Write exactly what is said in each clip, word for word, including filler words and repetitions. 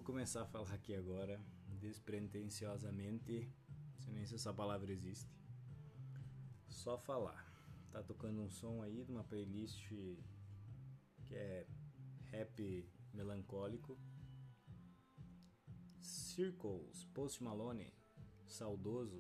começar a falar aqui agora, despretensiosamente, não sei nem se essa palavra existe. Só falar. Tá tocando um som aí de uma playlist que é rap melancólico. Circles, Post Malone, saudoso.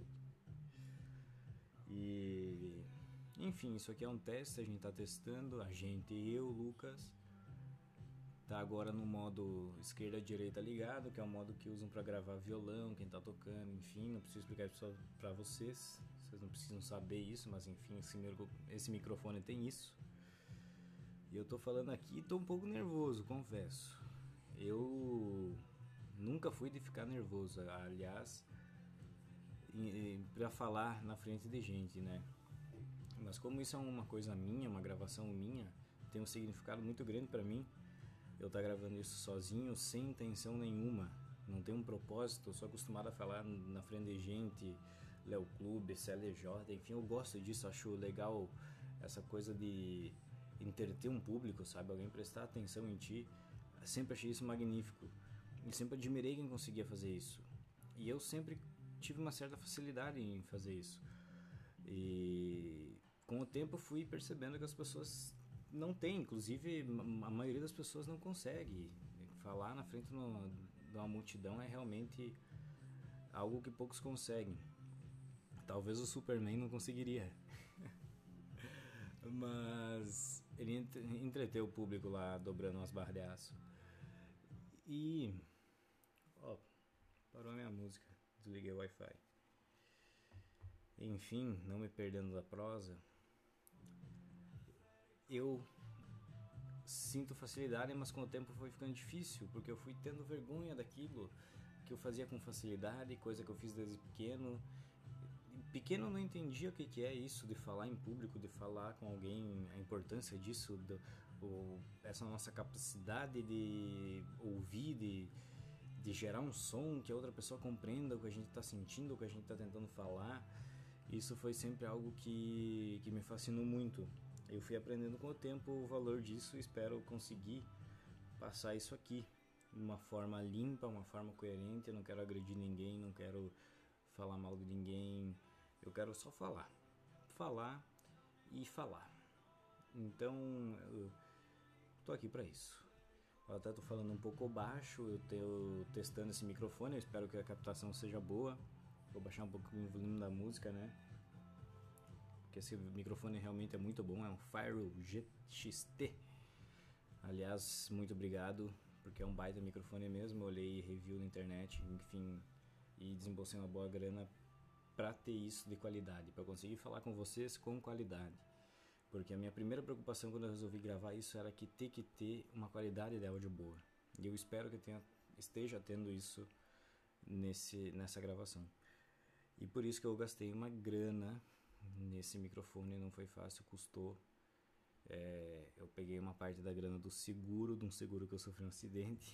E enfim, isso aqui é um teste, a gente tá testando, a gente, eu, Lucas. Tá agora no modo esquerda-direita ligado, que é o modo que usam para gravar violão, quem tá tocando, enfim, não preciso explicar isso para vocês, vocês não precisam saber isso, mas enfim, esse, esse microfone tem isso. E eu tô falando aqui e tô um pouco nervoso, confesso. Eu nunca fui de ficar nervoso, aliás, para falar na frente de gente, né? Mas como isso é uma coisa minha, uma gravação minha, tem um significado muito grande para mim. Eu tá gravando isso sozinho, sem intenção nenhuma, não tem um propósito, eu sou acostumado a falar na frente de gente, Léo Clube, C L J, enfim, eu gosto disso, acho legal essa coisa de entreter um público, sabe, alguém prestar atenção em ti, sempre achei isso magnífico, e sempre admirei quem conseguia fazer isso, e eu sempre tive uma certa facilidade em fazer isso, e com o tempo fui percebendo que as pessoas não tem, inclusive a maioria das pessoas não consegue. Falar na frente de uma multidão é realmente algo que poucos conseguem. Talvez o Superman não conseguiria. Mas ele entreteu o público lá dobrando umas barras de aço. E ó, parou a minha música, desliguei o Wi-Fi. Enfim, não me perdendo da prosa, eu sinto facilidade, mas com o tempo foi ficando difícil, porque eu fui tendo vergonha daquilo que eu fazia com facilidade, coisa que eu fiz desde pequeno. Pequeno eu não entendia o que, que é isso de falar em público, de falar com alguém, a importância disso, do, o, essa nossa capacidade de ouvir, de, de gerar um som que a outra pessoa compreenda o que a gente está sentindo, o que a gente está tentando falar. Isso foi sempre algo que, que me fascinou muito. Eu fui aprendendo com o tempo o valor disso e espero conseguir passar isso aqui de uma forma limpa, uma forma coerente. Eu não quero agredir ninguém, não quero falar mal de ninguém, eu quero só falar, falar e falar. Então eu tô aqui para isso. Eu até tô falando um pouco baixo, eu tô testando esse microfone, eu espero que a captação seja boa. Vou baixar um pouco o volume da música, né? Porque esse microfone realmente é muito bom, é um Fire G X T. Aliás, muito obrigado, porque é um baita microfone mesmo. Eu olhei review na internet, enfim, e desembolsei uma boa grana para ter isso de qualidade, para conseguir falar com vocês com qualidade. Porque a minha primeira preocupação quando eu resolvi gravar isso era que ter que ter uma qualidade de áudio boa. E eu espero que tenha, esteja tendo isso nesse, nessa gravação. E por isso que eu gastei uma grana nesse microfone, não foi fácil, custou. É, eu peguei uma parte da grana do seguro, de um seguro que eu sofri um acidente.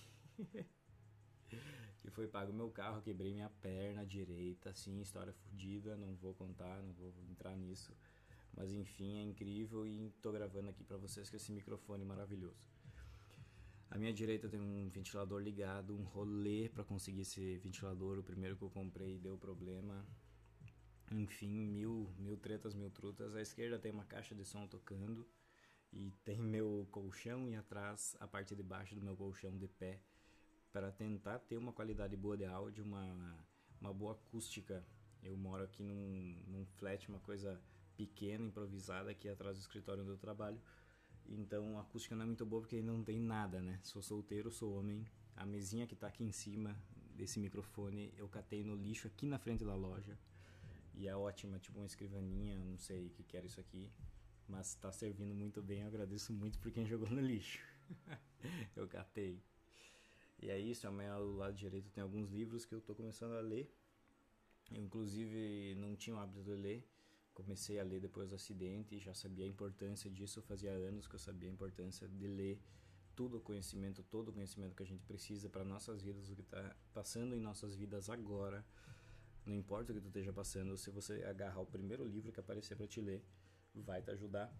Que foi pago meu carro, quebrei minha perna direita, assim, história fodida, não vou contar, não vou entrar nisso. Mas enfim, é incrível e tô gravando aqui pra vocês com esse microfone maravilhoso. À minha direita tem um ventilador ligado, um rolê pra conseguir esse ventilador, o primeiro que eu comprei deu problema. Enfim, mil, mil tretas, mil trutas. À esquerda tem uma caixa de som tocando e tem meu colchão e atrás a parte de baixo do meu colchão de pé para tentar ter uma qualidade boa de áudio, uma, uma boa acústica. Eu moro aqui num, num flat, uma coisa pequena, improvisada aqui atrás do escritório onde eu trabalho. Então a acústica não é muito boa porque não tem nada, né? Sou solteiro, sou homem. A mesinha que tá aqui em cima desse microfone eu catei no lixo aqui na frente da loja. E é ótima, tipo uma escrivaninha, não sei o que que era isso aqui, mas tá servindo muito bem, eu agradeço muito por quem jogou no lixo. Eu catei. E é isso, amanhã do lado direito tem alguns livros que eu tô começando a ler. Eu inclusive não tinha o hábito de ler, comecei a ler depois do acidente, já sabia a importância disso, fazia anos que eu sabia a importância de ler tudo o conhecimento, todo o conhecimento que a gente precisa para nossas vidas, o que está passando em nossas vidas agora. Não importa o que tu esteja passando, se você agarrar o primeiro livro que aparecer para te ler, vai te ajudar.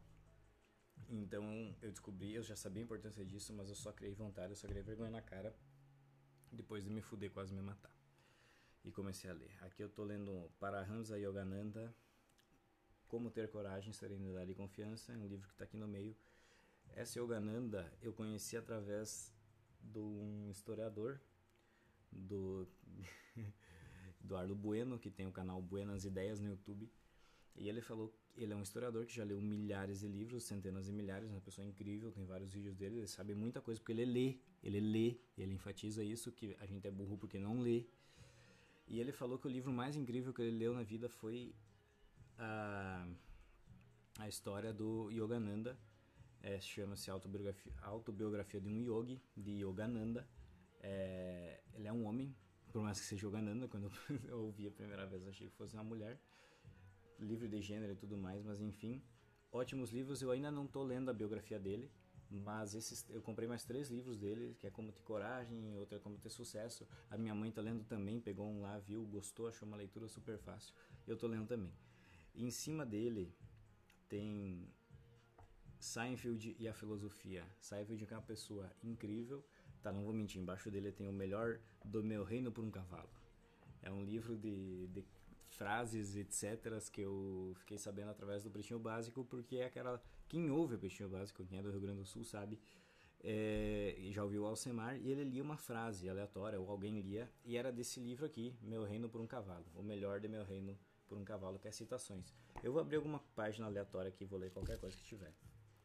Então eu descobri, eu já sabia a importância disso, mas eu só criei vontade, eu só criei vergonha na cara depois de me fuder, quase me matar. E comecei a ler. Aqui eu tô lendo Paramahansa Yogananda, Como Ter Coragem, Serenidade e Confiança, é um livro que está aqui no meio. Essa Yogananda eu conheci através de um historiador, do Eduardo Bueno, que tem o canal Buenas Ideias no YouTube. E ele falou, ele é um historiador que já leu milhares de livros, centenas de milhares, uma pessoa incrível, tem vários vídeos dele, ele sabe muita coisa porque ele lê, ele lê, ele enfatiza isso, que a gente é burro porque não lê. E ele falou que o livro mais incrível que ele leu na vida foi a, a história do Yogananda, é, chama-se autobiografia, autobiografia de um Yogi, de Yogananda. É, ele é um homem, por mais que seja Yogananda, quando eu ouvi a primeira vez achei que fosse uma mulher, livro de gênero e tudo mais, mas enfim, ótimos livros. Eu ainda não tô lendo a biografia dele, mas esses, eu comprei mais três livros dele, que é Como Ter Coragem, outro é Como Ter Sucesso. A minha mãe tá lendo também, pegou um lá, viu, gostou, achou uma leitura super fácil. Eu tô lendo também. E em cima dele tem Seinfeld e a Filosofia. Seinfeld é uma pessoa incrível, tá, não vou mentir, embaixo dele tem o melhor do meu reino por um cavalo. É um livro de, de frases, etcétera, que eu fiquei sabendo através do Pretinho Básico, porque é aquela... Quem ouve o Pretinho Básico, quem é do Rio Grande do Sul, sabe, é, já ouviu o Alcemar, e ele lia uma frase aleatória, ou alguém lia, e era desse livro aqui, Meu Reino por um Cavalo, o melhor de Meu Reino por um Cavalo, que é citações. Eu vou abrir alguma página aleatória aqui e vou ler qualquer coisa que tiver.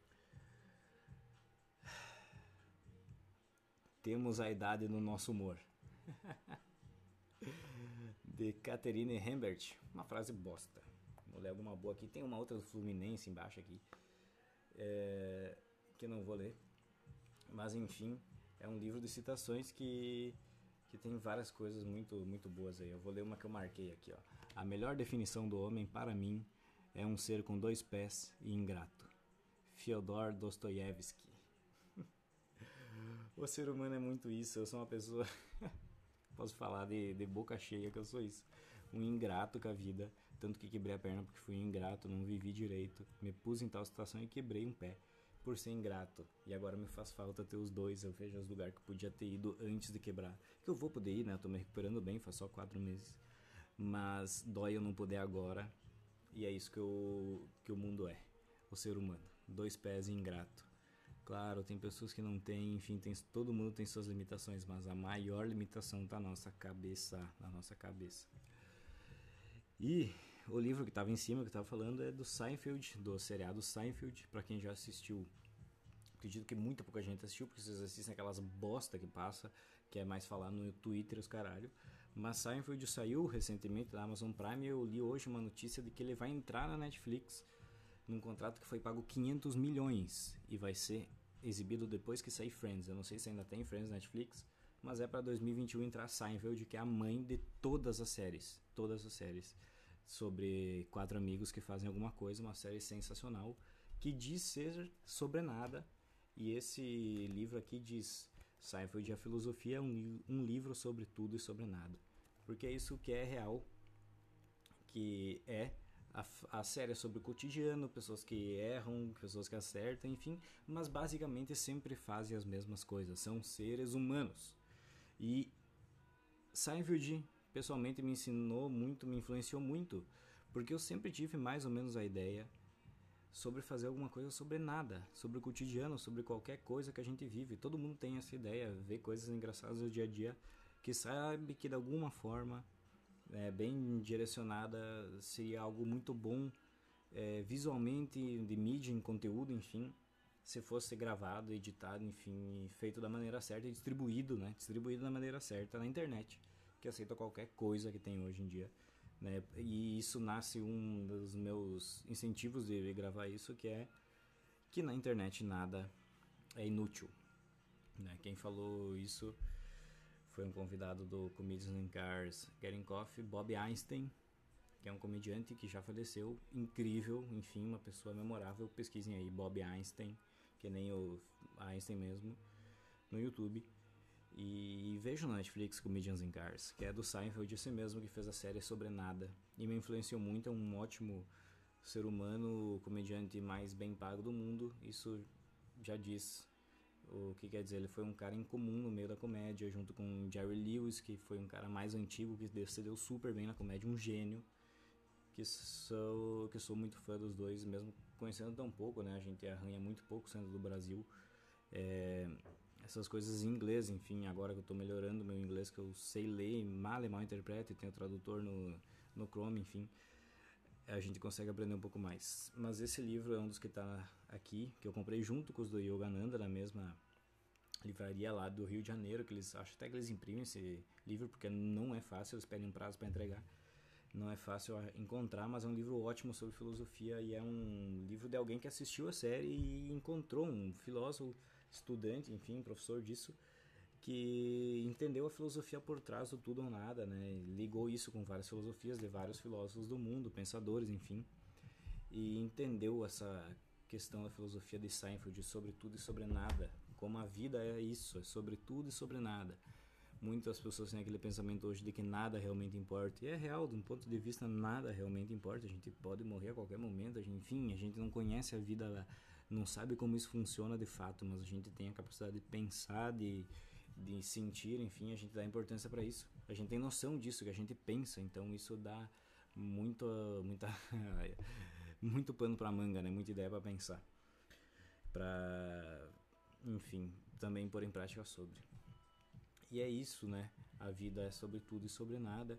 Temos a idade no nosso humor. De Catherine Hembert, uma frase bosta. Vou ler alguma boa aqui. Tem uma outra do Fluminense embaixo aqui, é, que eu não vou ler. Mas enfim, é um livro de citações que, que tem várias coisas muito, muito boas aí. Eu vou ler uma que eu marquei aqui, ó. A melhor definição do homem, para mim, é um ser com dois pés e ingrato. Fyodor Dostoiévski. O ser humano é muito isso. Eu sou uma pessoa... Posso falar de, de boca cheia que eu sou isso. Um ingrato com a vida. Tanto que quebrei a perna porque fui ingrato, não vivi direito. Me pus em tal situação e quebrei um pé por ser ingrato. E agora me faz falta ter os dois. Eu vejo os lugares que eu podia ter ido antes de quebrar. Que eu vou poder ir, né? Eu tô me recuperando bem, faz só quatro meses. Mas dói eu não poder agora. E é isso que, eu, que o mundo é. O ser humano. Dois pés e ingrato. Claro, tem pessoas que não têm, enfim, tem, todo mundo tem suas limitações, mas a maior limitação tá na nossa cabeça, na nossa cabeça. E o livro que estava em cima, que eu estava falando, é do Seinfeld, do seriado Seinfeld, para quem já assistiu. Acredito que muita pouca gente assistiu, porque vocês assistem aquelas bosta que passa, que é mais falar no Twitter os caralho. Mas Seinfeld saiu recentemente da Amazon Prime e eu li hoje uma notícia de que ele vai entrar na Netflix num contrato que foi pago quinhentos milhões e vai ser exibido depois que sair Friends. Eu não sei se ainda tem Friends na Netflix, mas é para dois mil e vinte e um entrar Seinfeld, que é a mãe de todas as séries, todas as séries sobre quatro amigos que fazem alguma coisa, uma série sensacional que diz ser sobre nada. E esse livro aqui diz Seinfeld e a Filosofia é um, um livro sobre tudo e sobre nada, porque é isso que é real, que é A, a série é sobre o cotidiano, pessoas que erram, pessoas que acertam, enfim, mas basicamente sempre fazem as mesmas coisas, são seres humanos. E Seinfeld, pessoalmente, me ensinou muito, me influenciou muito, porque eu sempre tive mais ou menos a ideia sobre fazer alguma coisa sobre nada, sobre o cotidiano, sobre qualquer coisa que a gente vive. Todo mundo tem essa ideia, vê coisas engraçadas do dia a dia, que sabe que de alguma forma... É, bem direcionada, seria algo muito bom, é, visualmente, de mídia, em conteúdo, enfim, se fosse gravado, editado, enfim, feito da maneira certa e distribuído, né, distribuído da maneira certa na internet, que aceita qualquer coisa que tem hoje em dia, né, e isso nasce um dos meus incentivos de gravar isso, que é que na internet nada é inútil, né, quem falou isso... Foi um convidado do Comedians in Cars Getting Coffee, Bob Einstein, que é um comediante que já faleceu, incrível, enfim, uma pessoa memorável. Pesquisem aí, Bob Einstein, que nem o Einstein mesmo, no YouTube. E vejam na Netflix Comedians in Cars, que é do Seinfeld, esse mesmo que fez a série sobre nada. E me influenciou muito, é um ótimo ser humano, o comediante mais bem pago do mundo. Isso já diz O que quer dizer, ele foi um cara incomum no meio da comédia, junto com Jerry Lewis, que foi um cara mais antigo, que se deu super bem na comédia, um gênio, que sou, que sou muito fã dos dois, mesmo conhecendo tão pouco, né? A gente arranha muito pouco sendo do Brasil. É, essas coisas em inglês, enfim, agora que eu tô melhorando meu inglês, que eu sei ler, mal e mal interpreto, e tenho tradutor no, no Chrome, enfim, a gente consegue aprender um pouco mais. Mas esse livro é um dos que tá aqui, que eu comprei junto com os do Yogananda, na mesma livraria lá do Rio de Janeiro, que eles acho até que eles imprimem esse livro, porque não é fácil, eles pedem um prazo para entregar. Não é fácil encontrar, mas é um livro ótimo sobre filosofia, e é um livro de alguém que assistiu a série e encontrou um filósofo, estudante, enfim, professor disso, que entendeu a filosofia por trás do tudo ou nada, né? Ligou isso com várias filosofias de vários filósofos do mundo, pensadores, enfim, e entendeu essa questão da filosofia de Seinfeld, sobre tudo e sobre nada, como a vida é isso, é sobre tudo e sobre nada. Muitas pessoas têm aquele pensamento hoje de que nada realmente importa, e é real, de um ponto de vista nada realmente importa, a gente pode morrer a qualquer momento, a gente, enfim, a gente não conhece a vida, não sabe como isso funciona de fato, mas a gente tem a capacidade de pensar, de, de sentir, enfim, a gente dá importância para isso, a gente tem noção disso, que a gente pensa, então isso dá muito, muita, muito pano para manga, né? Muita ideia para pensar, para, enfim, também pôr em prática sobre. E é isso, né? A vida é sobre tudo e sobre nada.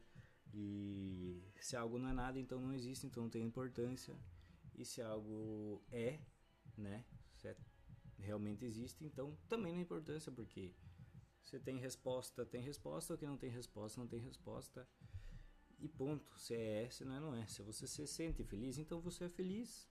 E se algo não é nada, então não existe, então não tem importância. E se algo é, né? Se é, realmente existe, então também não tem importância, porque se tem resposta, tem resposta, ou que não tem resposta, não tem resposta. E ponto. Se é, se não é, não é. Se você se sente feliz, então você é feliz.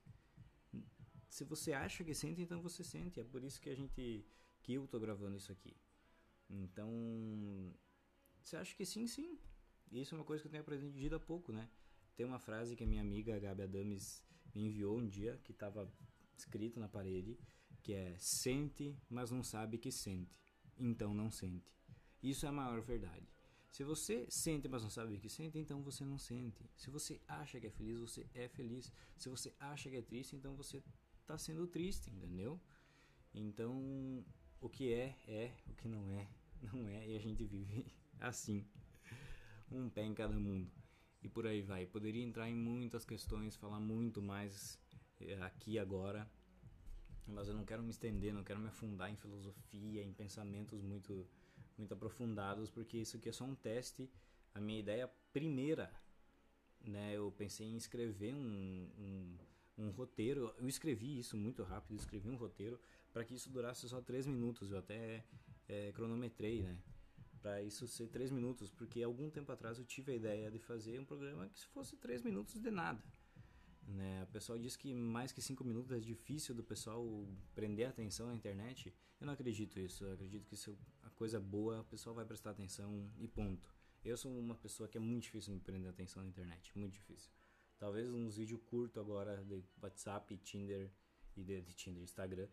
Se você acha que sente, então você sente. É por isso que a gente, que eu tô gravando isso aqui. Então, você acha que sim, sim. Isso é uma coisa que eu tenho aprendido há pouco, né? Tem uma frase que a minha amiga Gabi Adames me enviou um dia, que estava escrito na parede, que é: sente, mas não sabe que sente, então não sente. Isso é a maior verdade. Se você sente, mas não sabe que sente, então você não sente. Se você acha que é feliz, você é feliz. Se você acha que é triste, então você está sendo triste, entendeu? Então, o que é, é. O que não é, não é. E a gente vive assim, um pé em cada mundo. E por aí vai. Poderia entrar em muitas questões, falar muito mais aqui agora, mas eu não quero me estender, não quero me afundar em filosofia, em pensamentos muito, muito aprofundados, porque isso aqui é só um teste. A minha ideia primeira, né, eu pensei em escrever um, um, um roteiro. Eu escrevi isso muito rápido, escrevi um roteiro para que isso durasse só três minutos. Eu até é, cronometrei, né, para isso ser três minutos, porque algum tempo atrás eu tive a ideia de fazer um programa que fosse três minutos de nada, né? O pessoal diz que mais que cinco minutos é difícil do pessoal prender a atenção na internet. Eu não acredito nisso. Eu acredito que se a coisa é boa, o pessoal vai prestar atenção e ponto. Eu sou uma pessoa que é muito difícil me prender a atenção na internet, muito difícil. Talvez uns vídeos curtos agora de WhatsApp, Tinder e de, de Tinder, Instagram,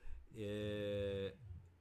é,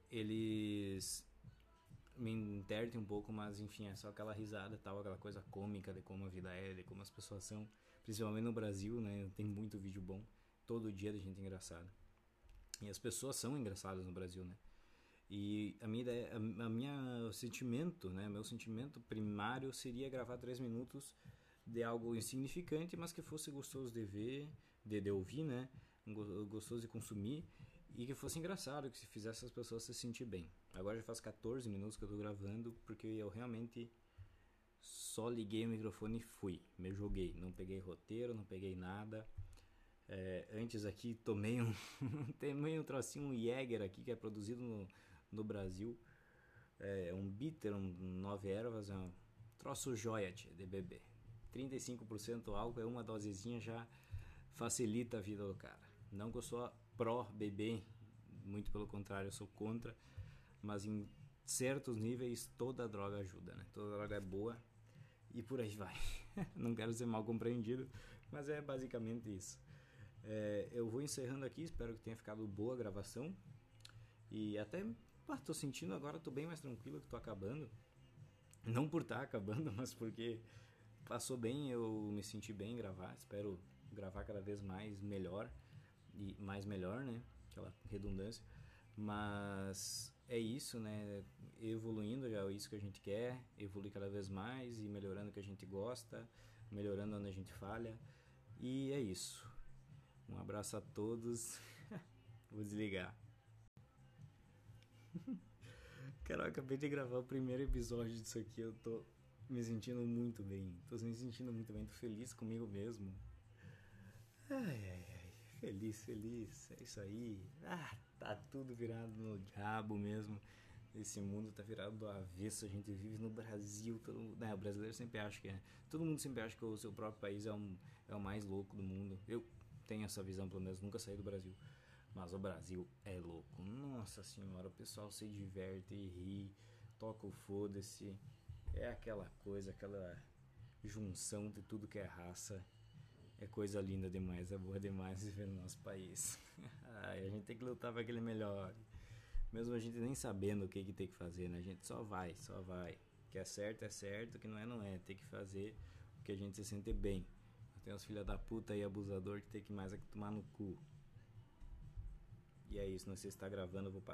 eles me intertem um pouco, mas enfim, é só aquela risada, tal, aquela coisa cômica de como a vida é, de como as pessoas são, principalmente no Brasil, né? Tem muito vídeo bom, todo dia de gente engraçada. E as pessoas são engraçadas no Brasil, né? E a minha ideia, a, a minha o sentimento, né, meu sentimento primário seria gravar três minutos de algo insignificante, mas que fosse gostoso de ver, de, de ouvir, né? Gostoso de consumir, e que fosse engraçado, que se fizesse as pessoas se sentir bem. Agora já faz quatorze minutos que eu tô gravando, porque eu realmente só liguei o microfone e fui, me joguei, não peguei roteiro, não peguei nada. É, antes aqui tomei um tomei um trocinho, um Jäger aqui, que é produzido no, no Brasil, é um bitter, um nove ervas, é um troço joia de beber, trinta e cinco por cento álcool, é uma dosezinha, já facilita a vida do cara. Não que eu sou pró beber, muito pelo contrário, eu sou contra, mas em certos níveis toda droga ajuda, né? Toda droga é boa e por aí vai. Não quero ser mal compreendido, mas é basicamente isso. É, eu vou encerrando aqui, espero que tenha ficado boa a gravação. E até ah, tô sentindo agora, tô bem mais tranquilo que tô acabando. Não por estar acabando, mas porque passou bem, eu me senti bem em gravar. Espero gravar cada vez mais melhor e mais melhor, né? Aquela redundância. Mas é isso, né? Evoluindo já é isso que a gente quer, evoluir cada vez mais e melhorando o que a gente gosta, melhorando onde a gente falha. E é isso. Um abraço a todos. Vou desligar. Cara, eu acabei de gravar o primeiro episódio disso aqui. Eu tô me sentindo muito bem. Tô me sentindo muito bem. Tô feliz comigo mesmo. Ai, ai, ai. Feliz, feliz. É isso aí. Ah, tá tudo virado no diabo mesmo. Esse mundo tá virado do avesso. A gente vive no Brasil. Todo mundo, né, o brasileiro sempre acha que é. Todo mundo sempre acha que o seu próprio país é, um, é o mais louco do mundo. Eu tenho essa visão, pelo menos. Nunca saí do Brasil. Mas o Brasil é louco. Nossa senhora, o pessoal se diverte e ri, toca o foda-se. É aquela coisa, aquela junção de tudo que é raça. É coisa linda demais, é boa demais viver no nosso país. Ai, a gente tem que lutar para aquele melhor. Mesmo a gente nem sabendo o que, que tem que fazer, né? A gente só vai, só vai. O que é certo é certo, o que não é não é. Tem que fazer o que a gente se sente bem. Tem uns filha da puta aí, abusador, que tem que mais é que tomar no cu. E é isso, não sei se tá gravando, eu vou parar.